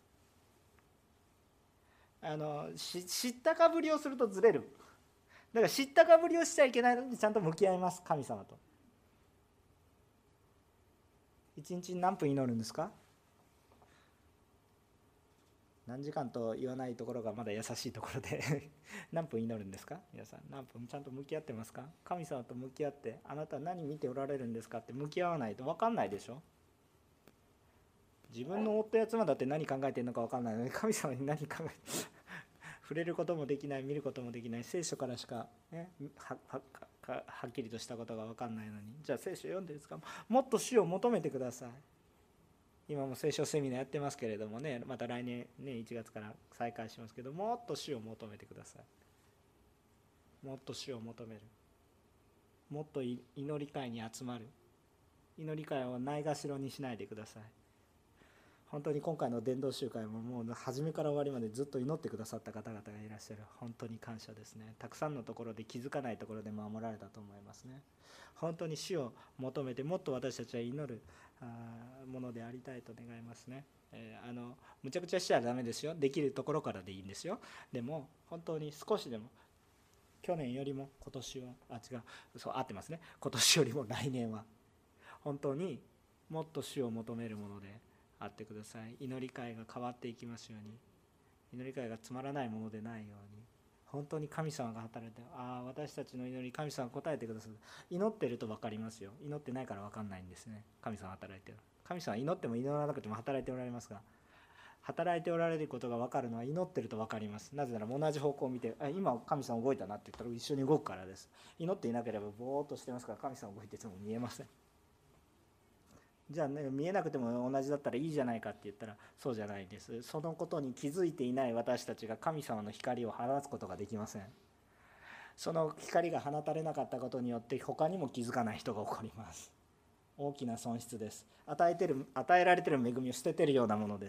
Speaker 1: 知ったかぶりをするとずれる。だから知ったかぶりをしちゃいけないので、ちゃんと向き合います、神様と。一日に何分祈るんですか？何時間と言わないところがまだ優しいところで何分祈るんですか？皆さん何分ちゃんと向き合ってますか？神様と向き合って、あなたは何見ておられるんですかって向き合わないと分かんないでしょ。自分の夫や妻だって何考えてるのか分かんないのに、神様に何考えて触れることもできない、見ることもできない、聖書からしか、ね、はっきりとしたことが分かんないのに、じゃあ聖書読んでるんですか？もっと主を求めてください。今も聖書セミナーやってますけれどもね、また来年ね、1月から再開しますけど、もっと主を求めてください。もっと主を求める。もっと祈り会に集まる。祈り会をないがしろにしないでください。本当に今回の伝道集会ももう初めから終わりまでずっと祈ってくださった方々がいらっしゃる。本当に感謝ですね。たくさんのところで気づかないところで守られたと思いますね。本当に主を求めて、もっと私たちは祈るものでありたいと願いますね。むちゃくちゃしちゃダメですよ。できるところからでいいんですよ。でも本当に少しでも、去年よりも今年は合ってますね。今年よりも来年は本当にもっと主を求めるものであってください。祈り会が変わっていきますように、祈り会がつまらないものでないように、本当に神様が働いて、私たちの祈り神様が答えてくださる。祈ってると分かりますよ。祈ってないから分かんないんですね。神様が働いてる。神様は祈っても祈らなくても働いておられますが、働いておられることが分かるのは祈ってると分かります。なぜなら同じ方向を見て、今神様動いたなって言ったら一緒に動くからです。祈っていなければぼーっとしてますから、神様動いてても見えません。じゃあね、見えなくても同じだったらいいじゃないかって言ったらそうじゃないです。そのことに気づいていない私たちが神様の光を放つことができません。その光が放たれなかったことによって他にも気づかない人が起こります。大きな損失です。与えられている恵みを捨てているようなものです。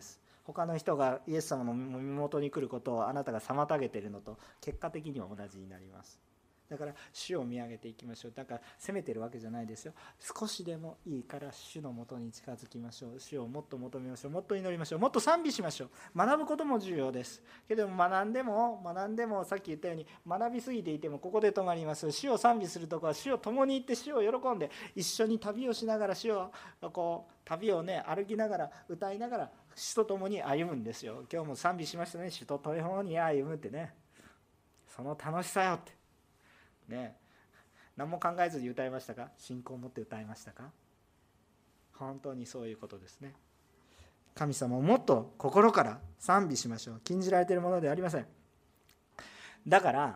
Speaker 1: 他の人がイエス様の身元に来ることをあなたが妨げているのと結果的には同じになります。だから主を見上げていきましょう。だから責めてるわけじゃないですよ。少しでもいいから主のもとに近づきましょう。主をもっと求めましょう。もっと祈りましょう。もっと賛美しましょう。学ぶことも重要です。けれども学んでもさっき言ったように学びすぎていてもここで止まります。主を賛美するところは主を共に行って主を喜んで一緒に旅をしながら主を旅をね歩きながら歌いながら主と共に歩むんですよ。今日も賛美しましたね。主と共に歩むってね。その楽しさよって。ね、何も考えずに歌いましたか？信仰を持って歌いましたか？本当にそういうことですね。神様をもっと心から賛美しましょう。禁じられているものではありません。だから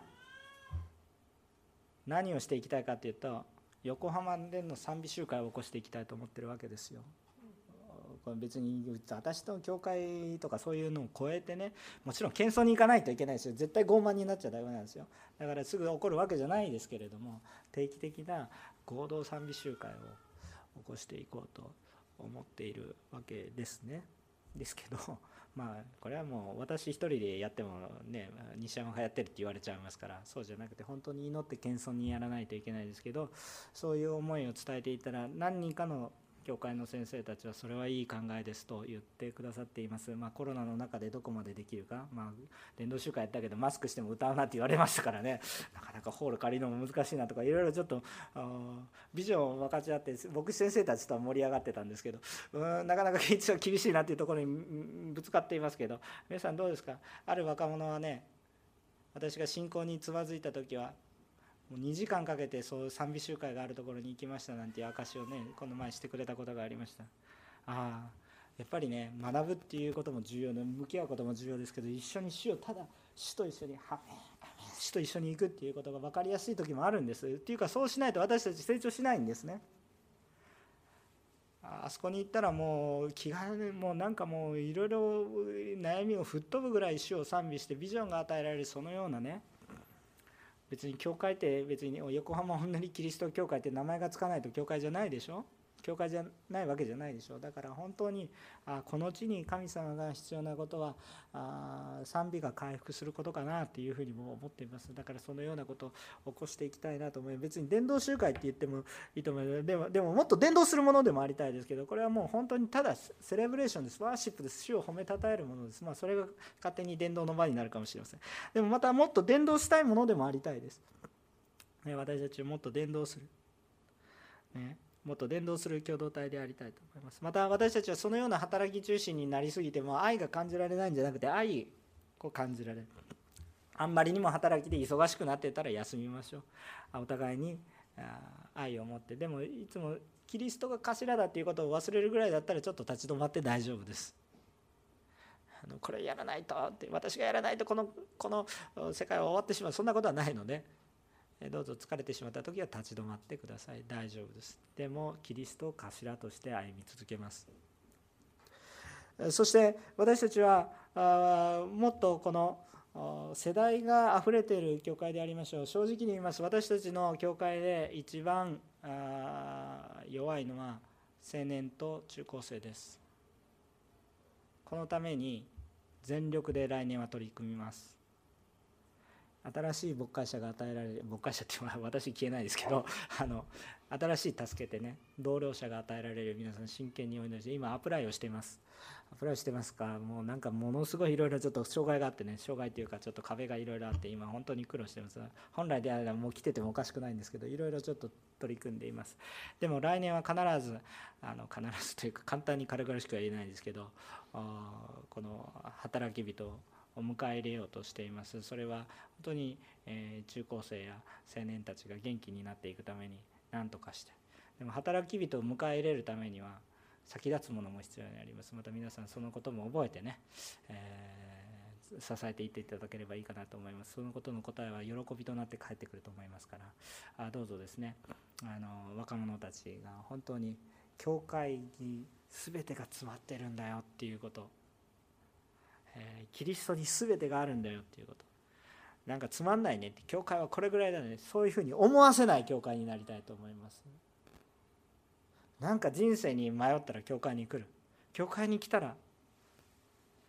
Speaker 1: 何をしていきたいかというと、横浜での賛美集会を起こしていきたいと思ってるわけですよ。これ別に私と教会とかそういうのを超えてね、もちろん謙遜に行かないといけないですよ。絶対傲慢になっちゃダメなんですよ。だからすぐ起こるわけじゃないですけれども、定期的な合同賛美集会を起こしていこうと思っているわけですね。ですけどこれはもう私一人でやってもね、西山がやってるって言われちゃいますから、そうじゃなくて本当に祈って謙遜にやらないといけないですけど、そういう思いを伝えていったら何人かの教会の先生たちはそれはいい考えですと言ってくださっています。コロナの中でどこまでできるか、伝道集会やったけどマスクしても歌うなって言われましたからね、なかなかホール借りるのも難しいなとかいろいろちょっとビジョンを分かち合って牧師先生たちとは盛り上がってたんですけど、なかなか一応厳しいなっていうところにぶつかっていますけど、皆さんどうですか？ある若者はね、私が信仰につまずいた時はもう2時間かけてそう賛美集会があるところに行きましたなんていう証をね、この前してくれたことがありました。やっぱりね、学ぶっていうことも重要で、向き合うことも重要ですけど、一緒に主と一緒に主と一緒に行くっていうことが分かりやすい時もあるんです。っていうか、そうしないと私たち成長しないんですね。あそこに行ったらもう気軽にもういろいろ悩みを吹っ飛ぶぐらい主を賛美してビジョンが与えられる、そのようなね、別に教会って別に横浜本当にキリスト教会って名前がつかないと教会じゃないでしょ。教会じゃないわけじゃないでしょ。だから本当にこの地に神様が必要なことは賛美が回復することかなっていうふうにも思っています。だからそのようなことを起こしていきたいなと思います。別に伝道集会って言ってもいいと思います。でももっと伝道するものでもありたいですけど、これはもう本当にただセレブレーションです。ワーシップです。主を褒めたたえるものです。それが勝手に伝道の場になるかもしれません。でもまたもっと伝道したいものでもありたいです。私たちをもっと伝道する。もっと伝道する共同体でありたいと思います。また私たちはそのような働き中心になりすぎても愛が感じられないんじゃなくて、愛を感じられる。あんまりにも働きで忙しくなってたら休みましょう。お互いに愛を持って、でもいつもキリストが頭だっていうことを忘れるぐらいだったらちょっと立ち止まって大丈夫です。これやらないとって、私がやらないとこの世界は終わってしまう、そんなことはないので、どうぞ疲れてしまった時は立ち止まってください。大丈夫です。でもキリストを頭として歩み続けます。そして私たちはもっとこの世代があふれている教会でありましょう。正直に言います。私たちの教会で一番弱いのは青年と中高生です。このために全力で来年は取り組みます。新しい牧会者が与えられる、牧会者っていうのは私消えないですけど新しい助けてね、同僚者が与えられる皆さん真剣にお祈りして、今アプライをしています。アプライしてますか？もうものすごいいろいろちょっと障害があってね、障害というかちょっと壁がいろいろあって今本当に苦労してます。本来であればもう来ててもおかしくないんですけど、いろいろちょっと取り組んでいます。でも来年は必ずというか簡単に軽々しくは言えないですけど、この働き人を迎え入れようとしています。それは本当に中高生や青年たちが元気になっていくために何とかして、でも働き人を迎え入れるためには先立つものも必要になります。また皆さんそのことも覚えてね、支えていっていただければいいかなと思います。そのことの答えは喜びとなって帰ってくると思いますから、どうぞですね、若者たちが本当に教会に全てが詰まってるんだよっていうこと、キリストに全てがあるんだよっていうこと、なんかつまんないねって、教会はこれぐらいだね、そういうふうに思わせない教会になりたいと思います。なんか人生に迷ったら教会に来る、教会に来たら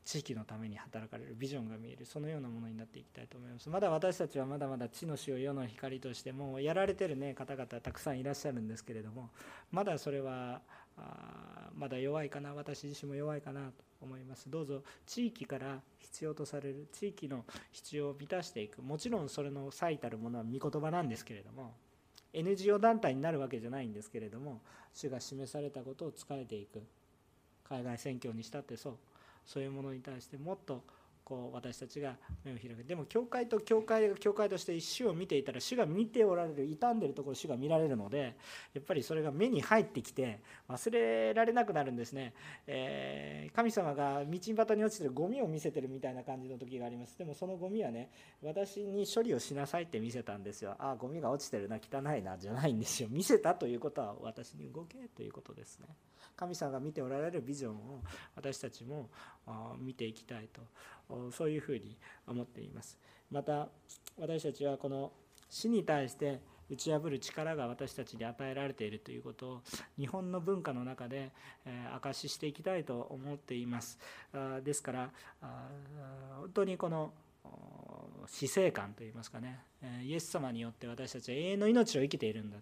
Speaker 1: 地域のために働かれるビジョンが見える、そのようなものになっていきたいと思います。まだ私たちはまだまだ地の塩世の光としてもうやられてる方々たくさんいらっしゃるんですけれども、まだそれはまだ弱いかな、私自身も弱いかなと思います。どうぞ地域から必要とされる地域の必要を満たしていく、もちろんそれの最たるものは御言葉なんですけれども、 NGO 団体になるわけじゃないんですけれども、主が示されたことを仕えていく、海外宣教にしたってそういうものに対してもっと私たちが目を開く。でも教会と教会として主を見ていたら、主が見ておられる、傷んでいるところ主が見られるので、やっぱりそれが目に入ってきて忘れられなくなるんですね。神様が道端に落ちてるゴミを見せてるみたいな感じの時があります。でもそのゴミは私に処理をしなさいって見せたんですよ。ゴミが落ちてるな、汚いなじゃないんですよ。見せたということは私に動けということですね。神様が見ておられるビジョンを私たちも見ていきたいと、そういうふうに思っています。また私たちはこの死に対して打ち破る力が私たちに与えられているということを日本の文化の中で証ししていきたいと思っています。ですから本当にこの死生観といいますかね、イエス様によって私たちは永遠の命を生きているんだ、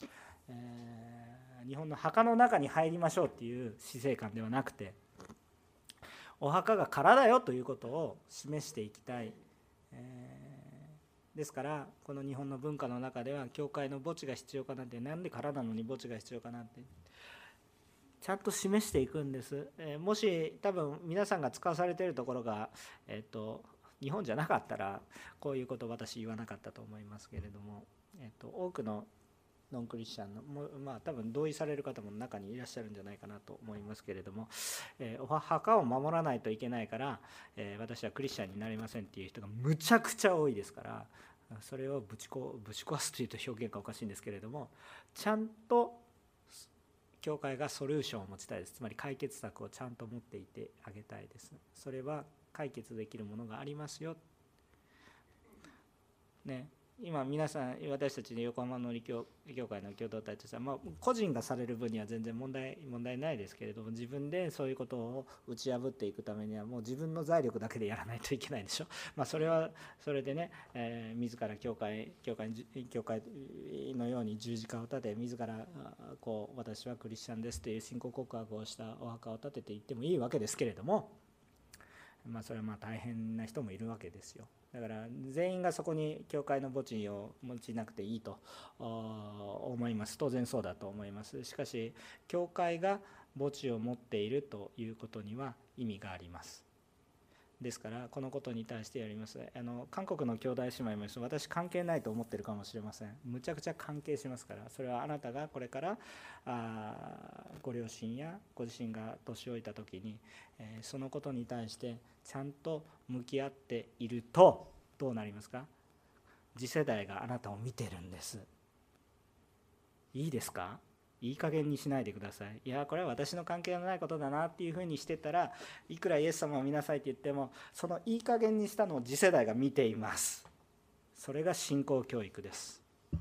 Speaker 1: 日本の墓の中に入りましょうっていう死生観ではなくて、お墓が空だよということを示していきたい。ですからこの日本の文化の中では教会の墓地が必要かなんて、なんで空なのに墓地が必要かなんてちゃんと示していくんです。もし多分皆さんが使わされているところが、日本じゃなかったらこういうことを私言わなかったと思いますけれども、多くのノンクリスチャンの多分同意される方も中にいらっしゃるんじゃないかなと思いますけれども、お墓を守らないといけないから、私はクリスチャンになれませんっていう人がむちゃくちゃ多いですから、それをぶち壊すというと表現がおかしいんですけれども、ちゃんと教会がソリューションを持ちたいです。つまり解決策をちゃんと持っていてあげたいです。それは解決できるものがありますよね。今皆さん、私たちの横浜の教会の共同体としては、個人がされる分には全然問題ないですけれども、自分でそういうことを打ち破っていくためにはもう自分の財力だけでやらないといけないでしょ。それはそれでね、自ら教会のように十字架を立て、自ら私はクリスチャンですという信仰告白をしたお墓を建てていってもいいわけですけれども、それは大変な人もいるわけですよ。だから全員がそこに教会の墓地を持ちなくていいと思います。当然そうだと思います。しかし教会が墓地を持っているということには意味があります。ですからこのことに対してやります。韓国の兄弟姉妹も私関係ないと思ってるかもしれません。むちゃくちゃ関係しますから。それはあなたがこれからご両親やご自身が年老いた時にそのことに対してちゃんと向き合っているとどうなりますか？次世代があなたを見てるんです。いいですか？いい加減にしないでください。いやこれは私の関係のないことだなっていうふうにしてたら、いくらイエス様を見なさいって言っても、そのいい加減にしたのを次世代が見ています。それが信仰教育です。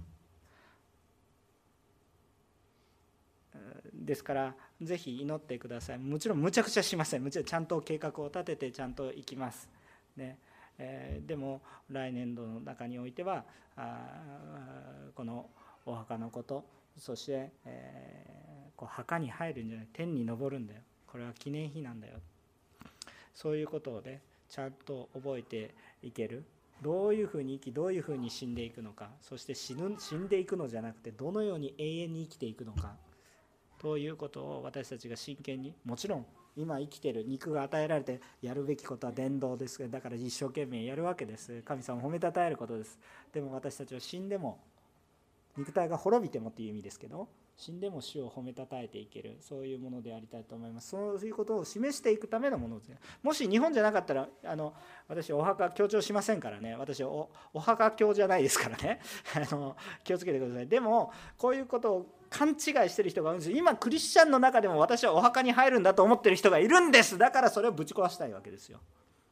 Speaker 1: ですからぜひ祈ってください。もちろんむちゃくちゃしません。もちろんちゃんと計画を立ててちゃんと行きますね。でも来年度の中においてはこのお墓のこと、そして、墓に入るんじゃない、天に昇るんだよ、これは記念碑なんだよ、そういうことをねちゃんと覚えていける。どういうふうに生き、どういうふうに死んでいくのか、そして死んでいくのじゃなくてどのように永遠に生きていくのかということを私たちが真剣に、もちろん今生きている肉が与えられてやるべきことは伝道です。だから一生懸命やるわけです。神様を褒めたたえることです。でも私たちは死んでも、肉体が滅びてもという意味ですけど、死んでも主を褒めたたえていける、そういうものでありたいと思います。そういうことを示していくためのものですね。もし日本じゃなかったら私お墓強調しませんからね。私お墓教じゃないですからね気をつけてください。でもこういうことを勘違いしてる人がいるんです。今クリスチャンの中でも私はお墓に入るんだと思ってる人がいるんです。だからそれをぶち壊したいわけですよ。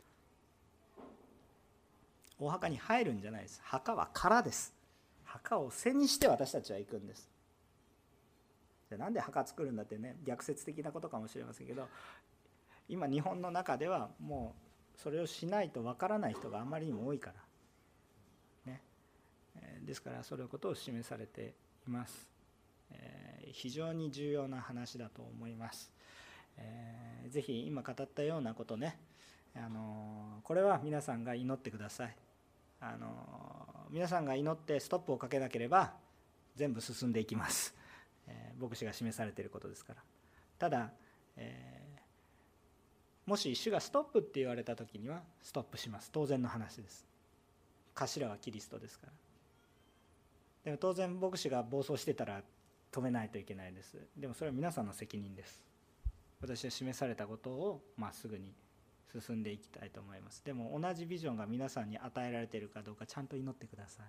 Speaker 1: お墓に入るんじゃないです。墓は空です。墓を背にして私たちは行くんです。なんで墓作るんだってね、逆説的なことかもしれませんけど、 今日本の中ではもうそれをしないとわからない人があまりにも多いからね。ですからそれことを示されています。非常に重要な話だと思います。ぜひ今語ったようなことね、これは皆さんが祈ってください。皆さんが祈ってストップをかけなければ全部進んでいきます。牧師が示されていることですから。ただ、もし主がストップって言われた時にはストップします。当然の話です。頭はキリストですから。でも当然牧師が暴走してたら止めないといけないです。でもそれは皆さんの責任です。私は示されたことをまっすぐに進んでいきたいと思います。でも同じビジョンが皆さんに与えられているかどうかちゃんと祈ってください。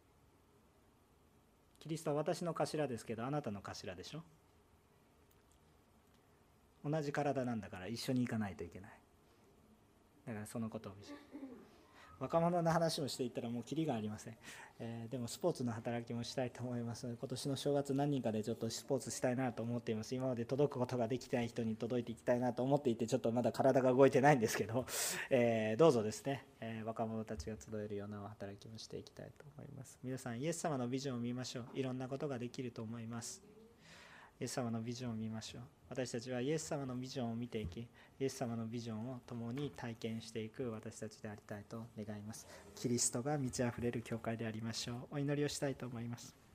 Speaker 1: キリストは私の頭ですけどあなたの頭でしょ。同じ体なんだから一緒に行かないといけない。だからそのことを若者の話をしていったらもうキリがありません。でもスポーツの働きもしたいと思います。今年の正月何人かでちょっとスポーツしたいなと思っています。今まで届くことができない人に届いていきたいなと思っていて、ちょっとまだ体が動いてないんですけど、どうぞですね、若者たちが集えるような働きもしていきたいと思います。皆さんイエス様のビジョンを見ましょう。いろんなことができると思います。イエス様のビジョンを見ましょう。私たちはイエス様のビジョンを見ていき、イエス様のビジョンを共に体験していく私たちでありたいと願います。キリストが満ち溢れる教会でありましょう。お祈りをしたいと思います。